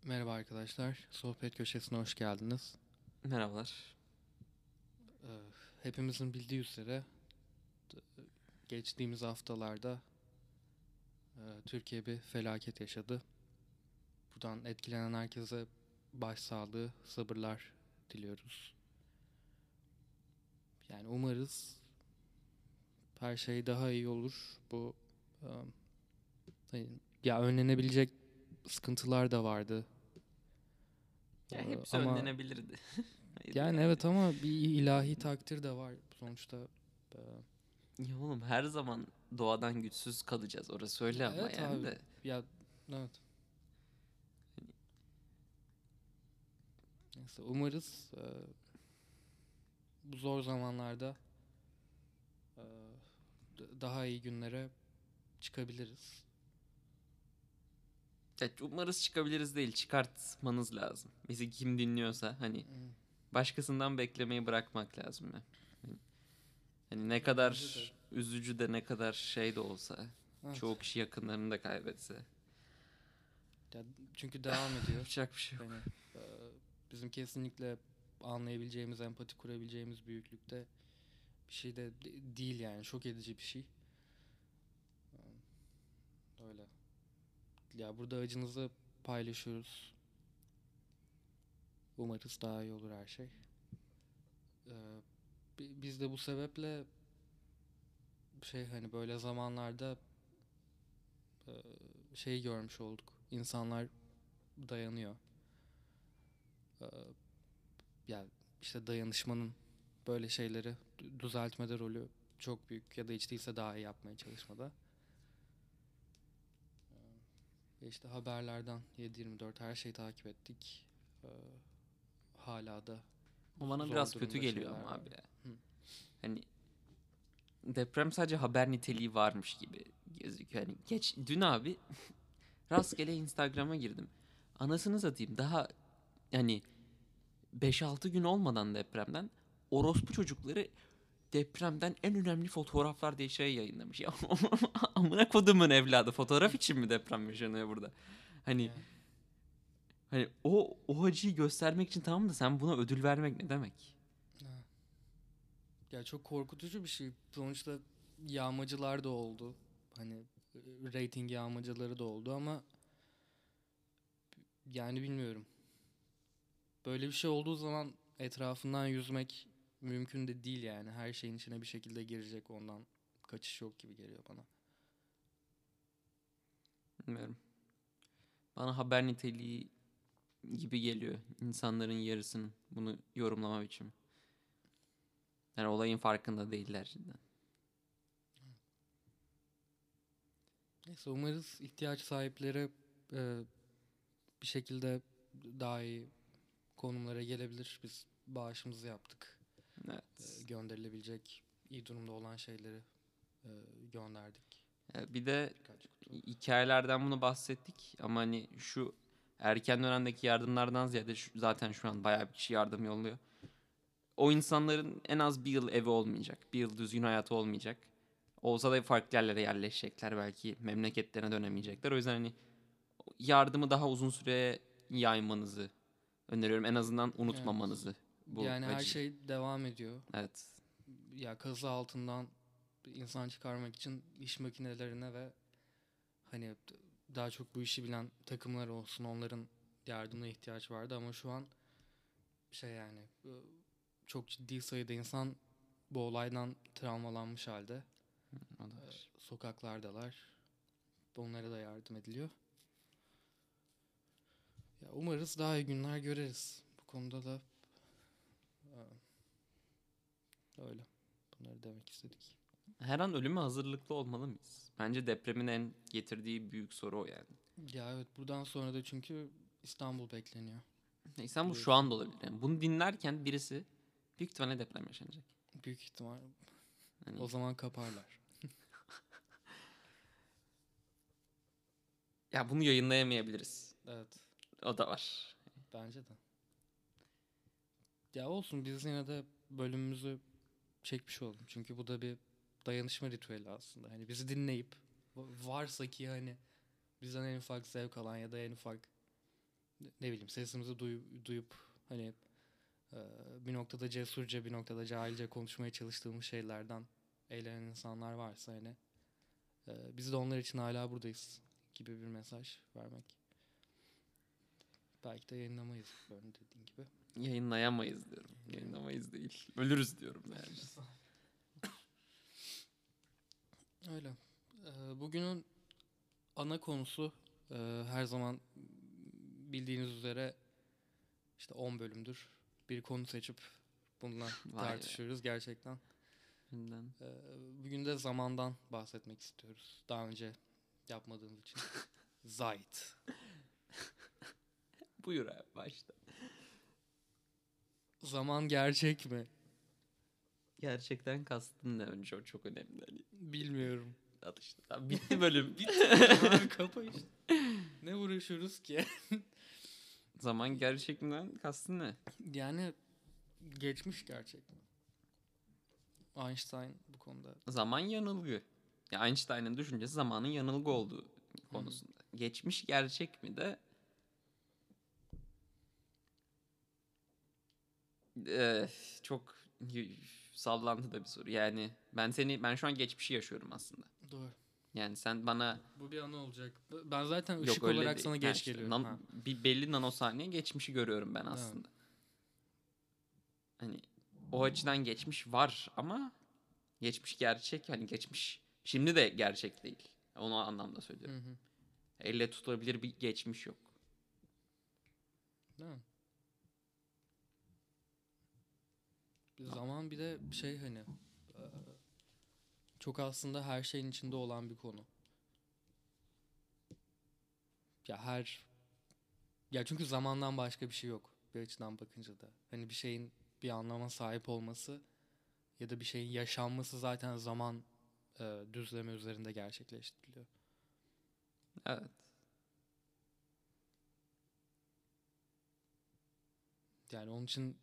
Merhaba arkadaşlar, sohbet köşesine hoş geldiniz. Merhabalar. Ee, Hepimizin bildiği üzere geçtiğimiz haftalarda Türkiye bir felaket yaşadı. Buradan etkilenen herkese başsağlığı, sabırlar diliyoruz. Yani umarız her şey daha iyi olur. E, hani, ya önlenebilecek sıkıntılar da vardı. Ya hepsi Ama önlenebilirdi. Hayır yani yani. evet ama bir ilahi takdir de var sonuçta. E, Ya oğlum her zaman doğadan güçsüz kalacağız. Orası öyle ama evet yani abi, de. ya evet. Neyse umarız bu zor zamanlarda e, daha iyi günlere çıkabiliriz. Ya umarız çıkabiliriz değil. Çıkartmanız lazım. Bizi kim dinliyorsa hani Hmm. başkasından beklemeyi bırakmak lazım ya. Hani ne Ya bence de. kadar üzücü de ne kadar şey de olsa. Evet. Çoğu kişi yakınlarını da kaybetse. Ya, çünkü devam ediyor. Yapacak bir şey yok. Hani e, bizim kesinlikle anlayabileceğimiz, empati kurabileceğimiz büyüklükte bir şey de değil yani. Şok edici bir şey. Öyle. Ya burada acınızı paylaşıyoruz. Umarız daha iyi olur her şey. E, Biz de bu sebeple hani böyle zamanlarda şeyi görmüş olduk. İnsanlar dayanıyor. Ee, Yani işte dayanışmanın böyle şeyleri düzeltmede rolü çok büyük ya da hiç değilse daha iyi yapmaya çalışmada. Ve işte haberlerden 7/24 her şeyi takip ettik. Ee, Hala da O bana zor biraz kötü durumda geliyor şeyler ama var. abi ya. Hı. Hani deprem sadece haber niteliği varmış gibi gözüküyor. Hani dün abi rastgele Instagram'a girdim. Anasını satayım daha yani 5-6 gün olmadan depremden orospu çocukları depremden en önemli fotoğraflar diye şey yayınlamış. Ya amına kodumun evladı fotoğraf için mi deprem yaşanıyor burada? Hani Yani, o acıyı göstermek için tamam da sen buna ödül vermek ne demek? ha. Ya çok korkutucu bir şey. Sonuçta yağmacılar da oldu. Hani rating yağmacıları da oldu ama yani bilmiyorum. Böyle bir şey olduğu zaman etrafından yüzmek mümkün de değil yani. Her şeyin içine bir şekilde girecek, ondan kaçış yok gibi geliyor bana. Bilmiyorum. Bana haber niteliği gibi geliyor insanların yarısının bunu yorumlama biçimi. Yani olayın farkında değiller cidden. Neyse umarız ihtiyaç sahipleri e, bir şekilde daha iyi konumlara gelebilir. Biz bağışımızı yaptık. Evet. Gönderilebilecek iyi durumda olan şeyleri e, gönderdik. Bir de Birkaç kutu. hikayelerden bunu bahsettik ama hani şu erken dönemdeki yardımlardan ziyade zaten şu an bayağı bir kişi yardım yolluyor. O insanların en az bir yıl evi olmayacak. Bir yıl düzgün hayatı olmayacak. Olsa da farklı yerlere yerleşecekler. Belki memleketlerine dönemeyecekler. O yüzden hani yardımı daha uzun süreye yaymanızı öneriyorum. En azından Evet. unutmamanızı bu Yani her acıyı. şey devam ediyor. Evet. Ya kazı altından insan çıkarmak için iş makinelerine ve hani daha çok bu işi bilen takımlar olsun, onların yardımına ihtiyaç vardı ama şu an yani çok ciddi sayıda insan bu olaydan travmalanmış halde O da var. sokaklardalar. Onlara da yardım ediliyor. Ya umarız daha iyi günler göreriz. Bu konuda da öyle. Bunları demek istedik. Her an ölüme hazırlıklı olmalı mıyız? Bence depremin en getirdiği büyük soru o yani. Ya evet, buradan sonra da çünkü İstanbul bekleniyor. İnsan bu şu Biliyorsun. anda olabilir. Yani bunu dinlerken birisi büyük ihtimalle deprem yaşanacak. Büyük ihtimal Hani o zaman kaparlar. ya bunu yayınlayamayabiliriz. Evet, O da var. bence de. Ya olsun, biz yine de bölümümüzü çekmiş oldum. Çünkü bu da bir dayanışma ritüeli aslında. Hani bizi dinleyip varsa ki hani bizden en ufak zevk alan ya da en ufak ne bileyim sesimizi duyup hani bir noktada cesurca bir noktada cahilce konuşmaya çalıştığımız şeylerden eğlenen insanlar varsa hani biz de onlar için hala buradayız gibi bir mesaj vermek. Belki de yayınlamayız böyle dediğin gibi. Yayınlayamayız diyorum. Yayınlamayız değil. Ölürüz diyorum yani. Öyle. Bugünün ana konusu her zaman bildiğiniz üzere işte 10 bölümdür bir konu seçip bununla Vay be. tartışıyoruz gerçekten. Bundan. Bugün de zamandan bahsetmek istiyoruz. Daha önce yapmadığımız için. Zayt. Buyur abi başla. Zaman gerçek mi? Gerçekten kastın ne önce, o çok önemli. Hani Bilmiyorum. al işte. Tamam, bitti bölüm. Abi kapa işte. Ne uğraşıyoruz ki? Zaman gerçekten kastın ne? Yani geçmiş gerçek mi? Einstein bu konuda. Zaman yanılgı. Ya Einstein'ın düşüncesi zamanın yanılgı olduğu konusunda. Geçmiş gerçek mi de çok sallantı da bir soru. Yani ben şu an geçmişi yaşıyorum aslında. Doğru. Yani sen bana Bu bir anı olacak. Ben zaten yok ışık öyle olarak değil. sana Ha geç işte, geliyorum. Ha. bir belli nanosaniye geçmişi görüyorum ben aslında. Hani o açıdan geçmiş var ama geçmiş gerçek, hani geçmiş şimdi de gerçek değil. Onu anlamda söylüyorum. Hı hı. Elle tutulabilir bir geçmiş yok. Değil mi? Bir zaman bir de şey hani e, çok aslında her şeyin içinde olan bir konu. Ya çünkü zamandan başka bir şey yok bir açıdan bakınca da. Hani bir şeyin bir anlama sahip olması ya da bir şeyin yaşanması zaten zaman düzlemi üzerinde gerçekleştiriliyor. Evet. Yani onun için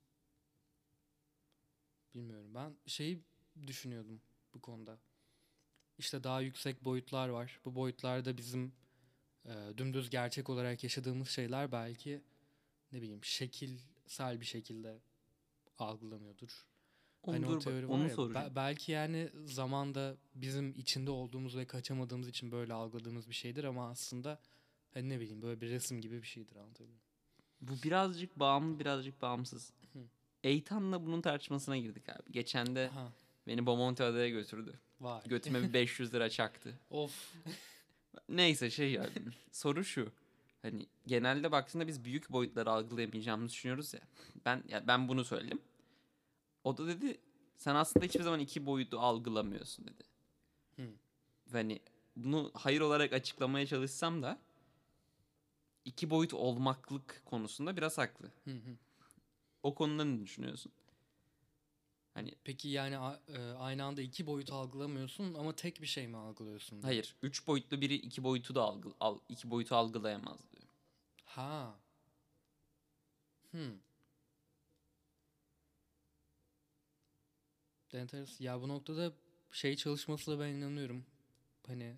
bilmiyorum. Ben şeyi düşünüyordum bu konuda. İşte daha yüksek boyutlar var. Bu boyutlarda bizim dümdüz gerçek olarak yaşadığımız şeyler belki ne bileyim şekilsel bir şekilde algılanıyordur. Hani o Dur bak teori var onu ya soracağım. belki yani zamanda bizim içinde olduğumuz ve kaçamadığımız için böyle algıladığımız bir şeydir ama aslında hani ne bileyim böyle bir resim gibi bir şeydir, anlatabiliyor muyum? Bu birazcık bağımlı birazcık bağımsız. Hı. Eytan'la bunun tartışmasına girdik abi. Geçen de Aha, beni Bomonti Adaya götürdü. vay. Götüme bir 500 lira çaktı. Of. Neyse ya soru şu. Hani genelde baktığında biz büyük boyutları algılayamayacağımızı düşünüyoruz ya. Ben bunu söyledim. O da dedi sen aslında hiçbir zaman iki boyutu algılamıyorsun dedi. Hı. Ve hani bunu hayır olarak açıklamaya çalışsam da iki boyut olmaklık konusunda biraz haklı. Hı hı. O konuda ne düşünüyorsun? Hani Peki yani aynı anda iki boyut algılamıyorsun ama tek bir şey mi algılıyorsun diyor. hayır, üç boyutlu biri iki boyutu da iki boyutu algılayamaz diyor. Ha. Hmm. Enteresan. Ya bu noktada şey çalışmasına ben inanıyorum. Hani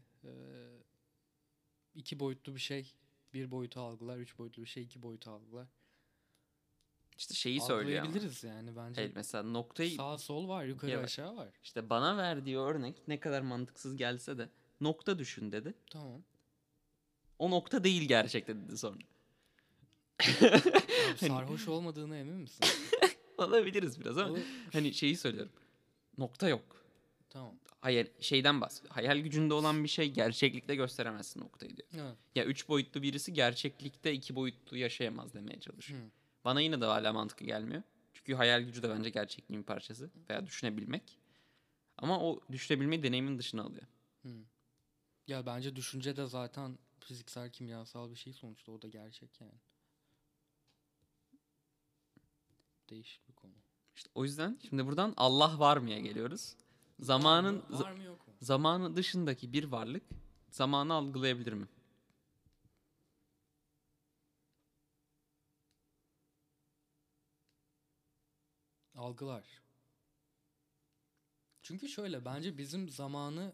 iki boyutlu bir şey bir boyutu algılar, üç boyutlu bir şey iki boyutu algılar. İşte şeyi söylüyor ama. Algılayabiliriz yani bence. Hayır mesela noktayı Sağ sol var, yukarı ya bak, aşağı var. işte bana verdiği örnek ne kadar mantıksız gelse de nokta düşün dedi. Tamam. O nokta değil gerçekte dedi sonra. Abi Hani sarhoş olmadığına emin misin? olabiliriz biraz ama O... hani şeyi söylüyorum. Nokta yok. Tamam. Hayal şeyden bahsediyor. Hayal gücünde olan bir şey gerçeklikte gösteremezsin noktayı diyor. Evet. Ya üç boyutlu birisi gerçeklikte iki boyutlu yaşayamaz demeye çalışıyor. Hmm. Bana yine de hala mantıklı gelmiyor. Çünkü hayal gücü de bence gerçekliğin bir parçası. Veya düşünebilmek. Ama o düşünebilmeyi deneyimin dışına alıyor. Hmm. Ya bence düşünce de zaten fiziksel, kimyasal bir şey sonuçta. O da gerçek yani. Değişik bir konu. İşte o yüzden şimdi buradan Allah var mıya geliyoruz. Var mı yok mu? Zamanı dışındaki bir varlık zamanı algılayabilir mi? Algılar. Çünkü şöyle bence bizim zamanı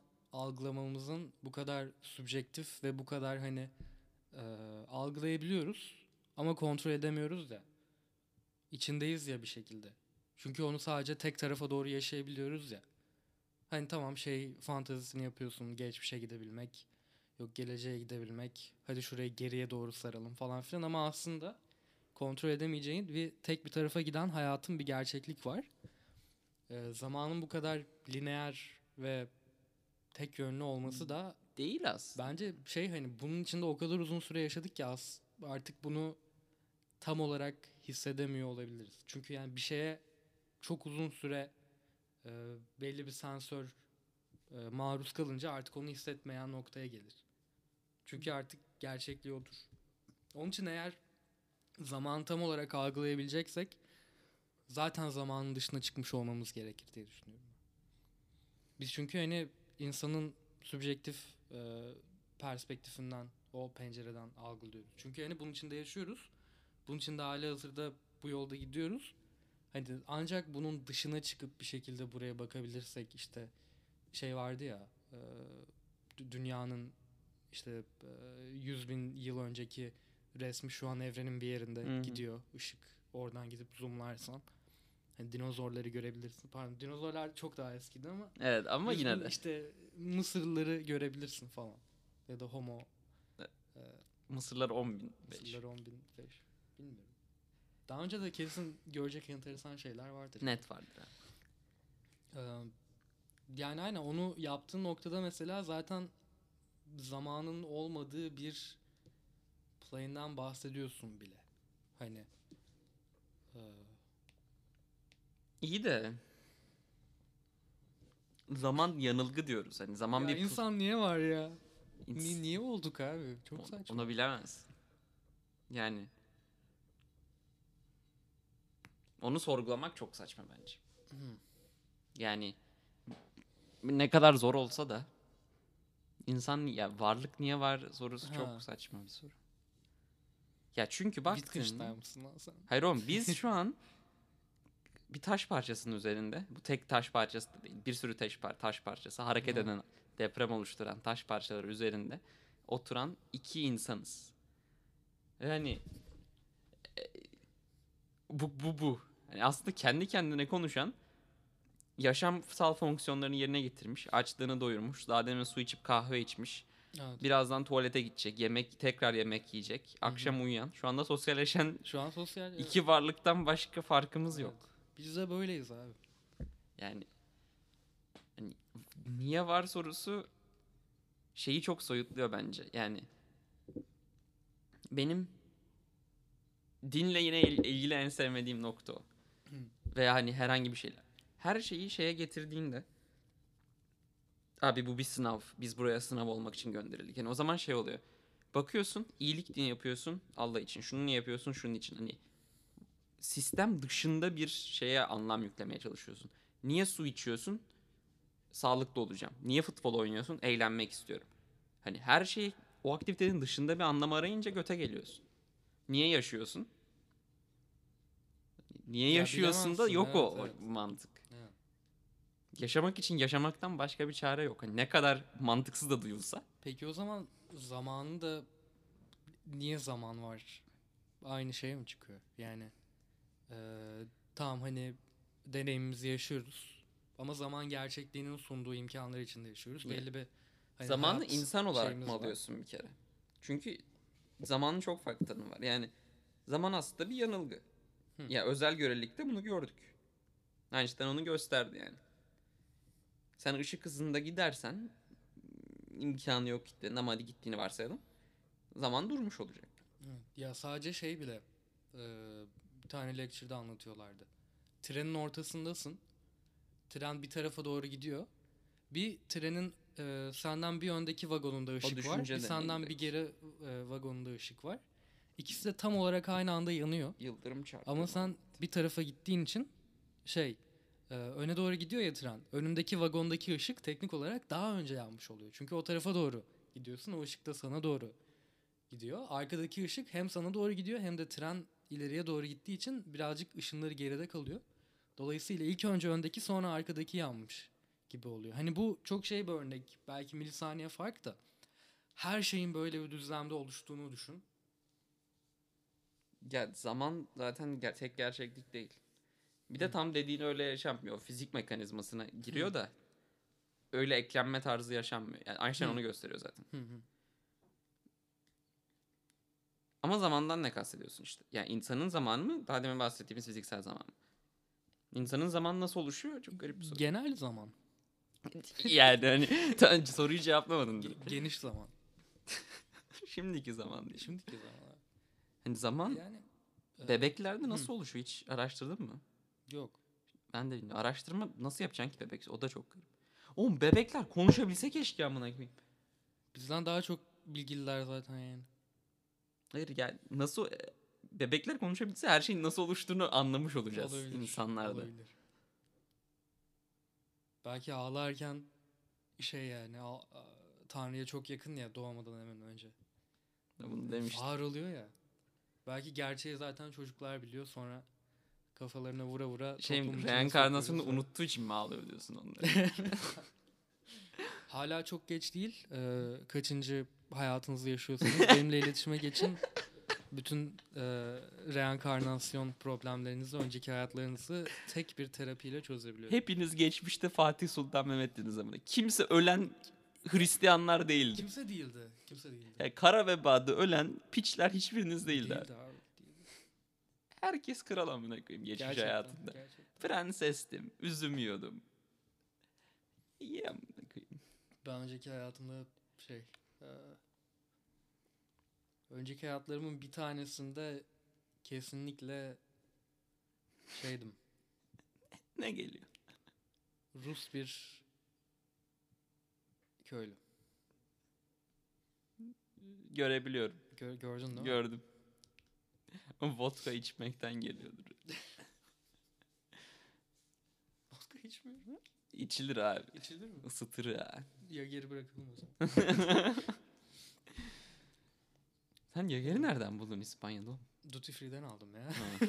algılamamızın bu kadar subjektif ve bu kadar hani algılayabiliyoruz. ama kontrol edemiyoruz ya. İçindeyiz ya bir şekilde. Çünkü onu sadece tek tarafa doğru yaşayabiliyoruz ya. Hani tamam fantezisini yapıyorsun, geçmişe gidebilmek, yok geleceğe gidebilmek, hadi şurayı geriye doğru saralım falan filan, ama aslında kontrol edemeyeceğin tek bir tarafa giden hayatın bir gerçeklik var. Zamanın bu kadar lineer ve tek yönlü olması da Değil aslında. bence hani bunun içinde o kadar uzun süre yaşadık ki artık bunu tam olarak hissedemiyor olabiliriz. Çünkü yani bir şeye çok uzun süre belli bir sensör maruz kalınca artık onu hissetmeyen noktaya gelir. Çünkü artık gerçekliği odur. Onun için eğer zamanı tam olarak algılayabileceksek zaten zamanın dışına çıkmış olmamız gerekir diye düşünüyorum. Biz çünkü hani insanın subjektif perspektifinden, o pencereden algılıyoruz. Çünkü hani bunun içinde yaşıyoruz. Bunun içinde halihazırda bu yolda gidiyoruz. Hani ancak bunun dışına çıkıp bir şekilde buraya bakabilirsek, işte vardı ya, dünyanın işte 100 bin yıl önceki resmi şu an evrenin bir yerinde Hı hı. gidiyor. Işık oradan gidip zoomlarsan hani dinozorları görebilirsin. Pardon, dinozorlar çok daha eskidi ama Evet ama 100 yine bin de. işte Mısırlıları görebilirsin falan. Ya da Homo e, Mısırlar 10.005. Mısırlıları 10.005, bilmiyorum. Daha önce de kesin görecek enteresan şeyler vardır. Net vardır. Ee, Yani aynen onu yaptığın noktada mesela zaten zamanın olmadığı bir plane'den bahsediyorsun bile. Hani e, İyi de zaman yanılgı diyoruz. Hani zaman ya bir insan niye var ya? ins- Niye olduk abi? Çok saçma. onu bilemez. Yani onu sorgulamak çok saçma bence. Hmm. Yani ne kadar zor olsa da insan ya varlık niye var sorusu çok Ha, saçma bir soru. Ya çünkü Wittgenstein baktın. mısın lan sen? Hayır oğlum biz şu an bir taş parçasının üzerinde, bu tek taş parçası da değil, bir sürü taş parçası, hareket Ha. eden, deprem oluşturan taş parçaları üzerinde oturan iki insanız. Yani bu. Yani aslında kendi kendine konuşan, yaşamsal fonksiyonlarını yerine getirmiş, açlığını doyurmuş, daha demin su içip kahve içmiş, Evet. birazdan tuvalete gidecek, tekrar yemek yiyecek, Hı hı. akşam uyuyan, şu anda sosyalleşen Şu an sosyal, evet. iki varlıktan başka farkımız Evet. yok. Biz de böyleyiz abi. Yani hani niye var sorusu şeyi çok soyutluyor bence. Yani benim dinle yine ilgili en sevmediğim nokta o. Veya hani herhangi bir şeyler. Her şeyi şeye getirdiğinde, abi bu bir sınav. Biz buraya sınav olmak için gönderildik. Yani o zaman şey oluyor. Bakıyorsun iyilik din yapıyorsun Allah için. Şunu niye yapıyorsun? Şunun için. Hani sistem dışında bir şeye anlam yüklemeye çalışıyorsun. Niye su içiyorsun? Sağlıklı olacağım. Niye futbol oynuyorsun? Eğlenmek istiyorum. Hani her şey o aktivitenin dışında bir anlam arayınca göte geliyorsun. Niye yaşıyorsun? Niye Ya yaşıyorsun da bilemezsin, yok evet, o evet. mantık. Evet. Yaşamak için yaşamaktan başka bir çare yok. Hani ne kadar mantıksız da duyulsa. Peki o zaman zamanın da niye zaman var? Aynı şey mi çıkıyor? Yani eee, tamam hani deneyimimizi yaşıyoruz. Ama zaman gerçekliğinin sunduğu imkanlar içinde yaşıyoruz. Ya, Belli bir hani zamanı hayat insan olarak mı şeyimiz var. alıyorsun bir kere? Çünkü zamanın çok farklı tanımı var. Yani zaman aslında bir yanılgı. Hı. Ya özel görelilikte bunu gördük. Einstein onu gösterdi yani. Sen ışık hızında gidersen, imkanı yok gittiğinde ama hadi gittiğini varsayalım, zaman durmuş olacak. Evet. Ya sadece bile bir tane lecture'da anlatıyorlardı. Trenin ortasındasın. Tren bir tarafa doğru gidiyor. Bir trenin senden bir öndeki vagonunda O ışık var. Bir düşünce deneyi senden bir direkt. geri vagonunda ışık var. İkisi de tam olarak aynı anda yanıyor. Yıldırım Ama çarpıyor sen muhabbet. bir tarafa gittiğin için öne doğru gidiyor ya tren. Önündeki vagondaki ışık teknik olarak daha önce yanmış oluyor. Çünkü o tarafa doğru gidiyorsun. O ışık da sana doğru gidiyor. Arkadaki ışık hem sana doğru gidiyor hem de tren ileriye doğru gittiği için birazcık ışınları geride kalıyor. Dolayısıyla ilk önce öndeki sonra arkadaki yanmış gibi oluyor. Hani bu çok bir örnek. Belki milisaniye fark da. Her şeyin böyle bir düzlemde oluştuğunu düşün. Ya zaman zaten tek gerçeklik değil. Bir de Hı. tam dediğin öyle yaşanmıyor. Fizik mekanizmasına giriyor Hı. da öyle eklenme tarzı yaşanmıyor. Yani Einstein Hı. onu gösteriyor zaten. Hı hı. Ama zamandan ne kastediyorsun işte? Yani insanın zamanı mı? Daha demin bahsettiğimiz fiziksel zaman mı? İnsanın zamanı nasıl oluşuyor? Çok garip bir soru. Genel zaman. Yani hani soruyu cevaplamadın direkt. Geniş zaman. Şimdiki zaman değil. Şimdiki zaman. Hani zaman Yani bebeklerde hı. nasıl oluşuyor? Hiç araştırdın mı? Yok. Ben de bilmiyorum. Araştırma nasıl yapacaksın ki bebek? O da çok garip. Oğlum bebekler konuşabilse keşke amına koyayım. Bizden daha çok bilgililer zaten yani. Hayır yani nasıl bebekler konuşabilse her şeyin nasıl oluştuğunu anlamış olacağız Olabilir. insanlarda. Olabilir. Belki ağlarken şey yani Tanrı'ya çok yakın ya doğmadan hemen önce. Bunu demiştim. Ağır oluyor ya. Belki gerçeği zaten çocuklar biliyor, sonra kafalarına vura vura toplumun içine Reenkarnasyonu sokuyoruz ve- unuttuğu için mi ağlıyor diyorsun onları? Hala çok geç değil. Kaçıncı hayatınızı yaşıyorsunuz? Benimle iletişime geçin. Bütün reenkarnasyon problemlerinizi, önceki hayatlarınızı tek bir terapiyle çözebiliyorum. Hepiniz geçmişte Fatih Sultan Mehmet'tiniz amına. Kimse ölen Hristiyanlar değildi. Kimse değildi. Kimse değildi. Yani kara vebada ölen piçler hiçbiriniz değildi. Değildi abi. Değildi. Herkes kral amına koyayım geçmiş Gerçekten. hayatında. Gerçekten. Prensestim, üzüm yiyordum. İyi amına koyayım. Ben önceki hayatımda e, önceki hayatlarımın bir tanesinde kesinlikle şeydim. Ne geliyor? Rus bir köylü. Görebiliyorum. Gördün değil mi? Gördüm. Vodka içmekten geliyordur. Vodka içmiyor mu? İçilir abi. İçilir mi? Isıtır ha. Ya geri bırakalım o zaman. Sen Yager'i nereden buldun İspanya'da? Duty Free'den aldım ya. Ha.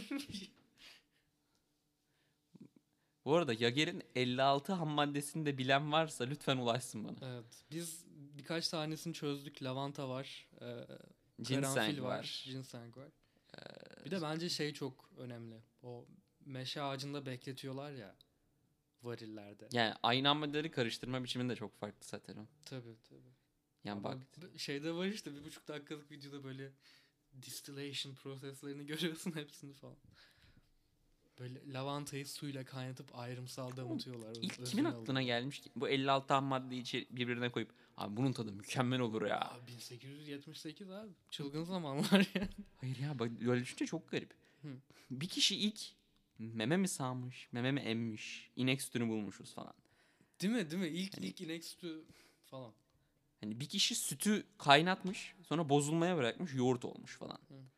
Bu arada Yager'in 56 ham maddesini de bilen varsa lütfen ulaşsın bana. Evet. Biz birkaç tanesini çözdük. Lavanta var. Ginseng Karanfil var. Ginseng var. Bir de bence şey çok önemli. O meşe ağacında bekletiyorlar ya. Varillerde. Yani aynı ham maddeleri karıştırma biçimi de çok farklı zaten o. Tabii tabii. Yani Ama bak şeyde var işte 1,5 dakikalık videoda böyle distillation proseslerini görüyorsun hepsini falan. Böyle lavantayı suyla kaynatıp ayrımsal damıtıyorlar. ilk Özünü kimin aklına alıyorlar. gelmiş ki bu 56 ham maddeyi birbirine koyup abi bunun tadı mükemmel olur ya. Abi 1878 abi. Çılgın zamanlar ya. Hayır ya bak öyle düşünce çok garip. Hı. Bir kişi ilk meme mi sağmış, meme mi emmiş, inek sütünü bulmuşuz falan. Değil mi? Değil mi? İlk Hani- ilk inek sütü falan. Hani bir kişi sütü kaynatmış, sonra bozulmaya bırakmış, yoğurt olmuş falan.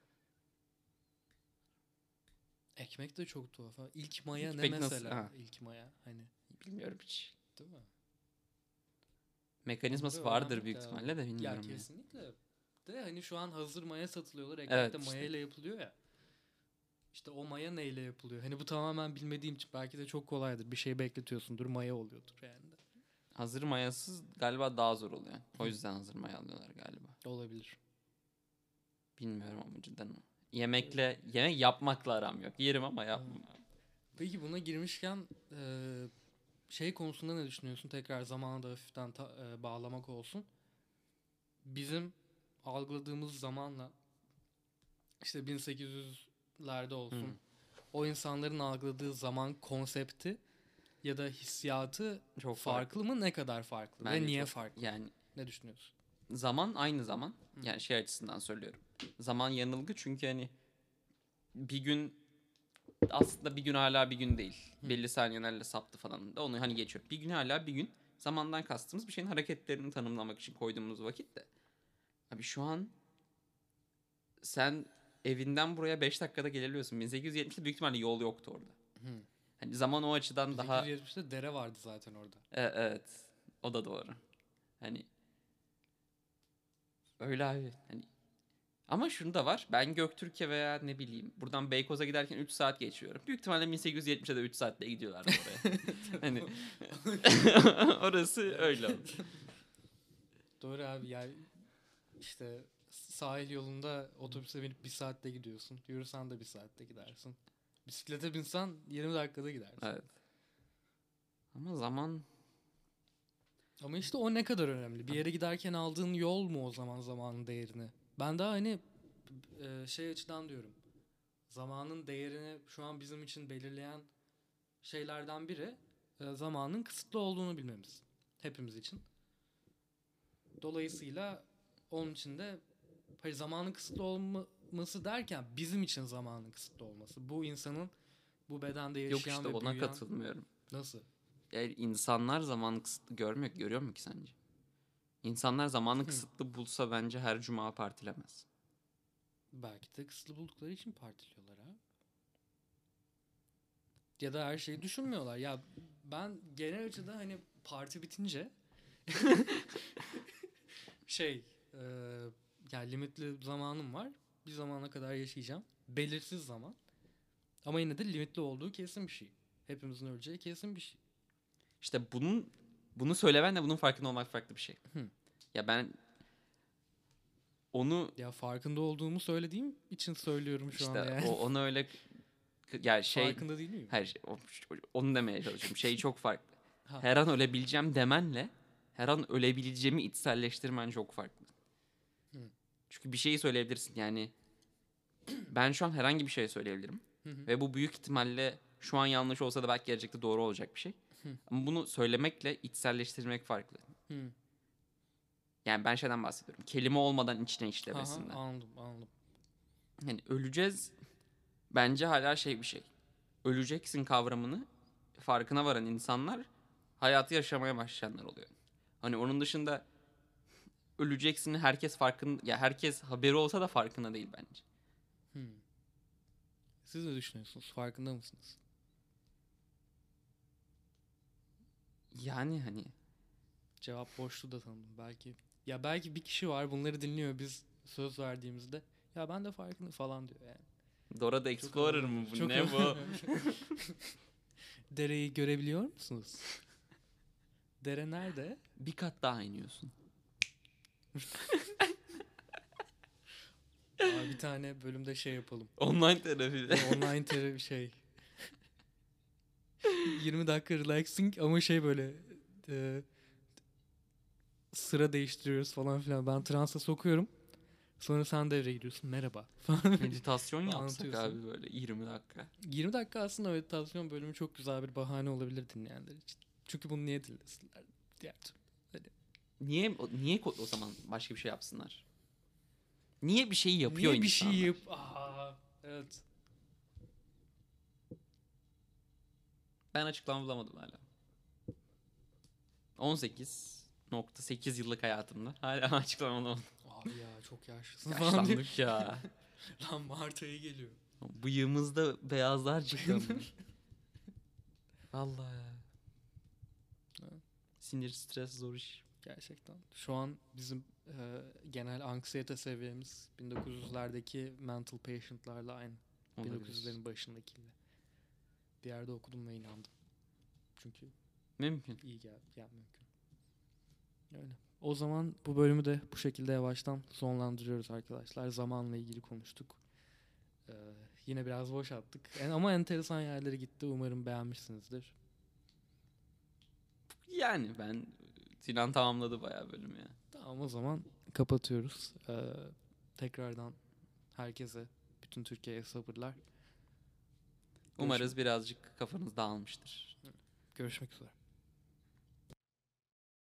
Ekmek de çok tuhaf. Ha. İlk maya İlk ne peki nasıl- mesela? ha. İlk maya hani, Bilmiyorum hiç. değil mi? Mekanizması Onları vardır öğrenmek büyük lazım. ihtimalle de Ya bilmiyorum. Yani. kesinlikle. De hani şu an hazır maya satılıyorlar. Ekmek Evet, de işte. maya ile yapılıyor ya. İşte o maya neyle yapılıyor? Hani bu tamamen bilmediğim için belki de çok kolaydır. Bir şey bekletiyorsundur, maya oluyordur yani de. Hazır mayasız galiba daha zor oluyor. O yüzden hazır maya alıyorlar galiba. Olabilir. Bilmiyorum ama cidden o. Yemek yapmakla aram yok. Yerim ama yapmam. Peki buna girmişken şey konusunda ne düşünüyorsun? Tekrar zamanı da hafiften bağlamak olsun. Bizim algıladığımız zamanla işte 1800'lerde olsun. Hı. O insanların algıladığı zaman konsepti ya da hissiyatı Çok farklı mı? Ne kadar farklı? Bence Ve niye çok- farklı? Yani Ne düşünüyorsun? zaman aynı zaman. Hı. Yani şey açısından söylüyorum. Zaman yanılgı çünkü hani bir gün aslında bir gün hala bir gün değil. Hı. Belli saniyelerle saptı falan da onu hani geçiyor. Bir gün hala bir gün. Zamandan kastımız bir şeyin hareketlerini tanımlamak için koyduğumuz vakit de. Abi şu an sen evinden buraya 5 dakikada gelebiliyorsun. 1870'de büyük ihtimalle yol yoktu orada. Hı. Hani zaman o açıdan daha 1870'te dere vardı zaten orada. evet. O da doğru. Hani öyle abi. Hani ama şunu da var. Ben Göktürk'e veya ne bileyim buradan Beykoz'a giderken 3 saat geçiyorum. Büyük ihtimalle 1870'de de 3 saatte gidiyorlardı oraya. Hani orası öyle oldu. Doğru abi, yani işte sahil yolunda otobüse binip 1 saatte gidiyorsun. Yürüsen de 1 saatte gidersin. Bisiklete binsen 20 dakikada gidersin. Evet. Ama zaman Ama işte o ne kadar önemli. Bir yere giderken aldığın yol mu o zaman zamanın değerini? Ben daha hani şey açıdan diyorum. Zamanın değerini şu an bizim için belirleyen şeylerden biri zamanın kısıtlı olduğunu bilmemiz. Hepimiz için. Dolayısıyla onun için de hayır, zamanın kısıtlı olması derken bizim için zamanın kısıtlı olması. Bu insanın bu bedende yok yaşayan işte, ve ona büyüyen... katılmıyorum. Nasıl? Yani insanlar zamanı kısıtlı görüyor mu ki sence? İnsanlar zamanı kısıtlı bulsa bence her cuma partilemez. Belki de kısıtlı buldukları için partiliyorlar ha. Ya da her şeyi düşünmüyorlar. Ya ben genel açıdan hani parti bitince şey e, yani limitli zamanım var. Bir zamana kadar yaşayacağım. Belirsiz zaman. Ama yine de limitli olduğu kesin bir şey. Hepimizin öleceği kesin bir şey. İşte bunu söylemenle bunun farkında olmak farklı bir şey. Hı. Ya ben onu Ya farkında olduğumu söylediğim için söylüyorum şu anda işte yani. onu öyle yani şey Farkında değil miyim? her şey, onu demeye çalışıyorum. Şey çok farklı. Ha. Her an ölebileceğim demenle her an ölebileceğimi içselleştirmen çok farklı. Hı. Çünkü bir şeyi söyleyebilirsin. Yani ben şu an herhangi bir şey söyleyebilirim. Hı. Ve bu büyük ihtimalle şu an yanlış olsa da belki gelecekte doğru olacak bir şey. Hı. Ama bunu söylemekle içselleştirmek farklı. Hı. Yani ben şeyden bahsediyorum. Kelime olmadan içine işlemesinden. Aha, anladım. Yani öleceğiz bence hala şey bir şey. Öleceksin kavramını farkına varan insanlar hayatı yaşamaya başlayanlar oluyor. Hani onun dışında öleceksin herkes ya herkes haberi olsa da farkında değil bence. Hı. Siz ne düşünüyorsunuz? Farkında mısınız? Yani hani Cevap boşluğu da tanıdım belki. Ya belki bir kişi var bunları dinliyor biz söz verdiğimizde. Ya ben de farkında falan diyor yani. Dora the Explorer mı bu? Ne bu? Dereyi görebiliyor musunuz? Dere nerede? Bir kat daha iniyorsun. Abi bir tane bölümde şey yapalım. Online terapi. Online terapi şey. 20 dakika relaxing ama şey böyle e, sıra değiştiriyoruz falan filan. Ben transa sokuyorum. Sonra sen devreye giriyorsun. Merhaba falan. Meditasyon yapsak Anlatıyorsun. abi böyle 20 dakika. 20 dakika aslında meditasyon bölümü çok güzel bir bahane olabilir dinleyenler için. Çünkü bunu niye dinlesinler? Diğer türlü. Hani, Niye o zaman başka bir şey yapsınlar? Niye bir şeyi yapıyor niye bir insanlar? şey yap... Aa, evet. Ben açıklama bulamadım hala. 18.8 yıllık hayatımda hala açıklama bulamadım. Abi ya çok yaşlısın falan diye. Yaşlandık ya. Lan Mart ayı geliyor. Bıyığımızda beyazlar çıktı. Vallahi ya. Evet. Sinir, stres zor iş. Gerçekten. Şu an bizim genel anksiyete seviyemiz 1900'lerdeki mental patient'larla aynı. Olabilir. 1900'lerin başındakiyle. Bir yerde okudum ve inandım. Çünkü Mümkün. iyi geldi. Yani mümkün. Öyle. O zaman bu bölümü de bu şekilde yavaştan sonlandırıyoruz arkadaşlar. Zamanla ilgili konuştuk. Yine biraz boş attık. Ama enteresan yerlere gitti. Umarım beğenmişsinizdir. Yani Sinan tamamladı bayağı bölümü ya. Tamam o zaman kapatıyoruz. Tekrardan herkese, bütün Türkiye'ye sabırlar. Umarız birazcık kafanız dağılmıştır. Görüşmek üzere.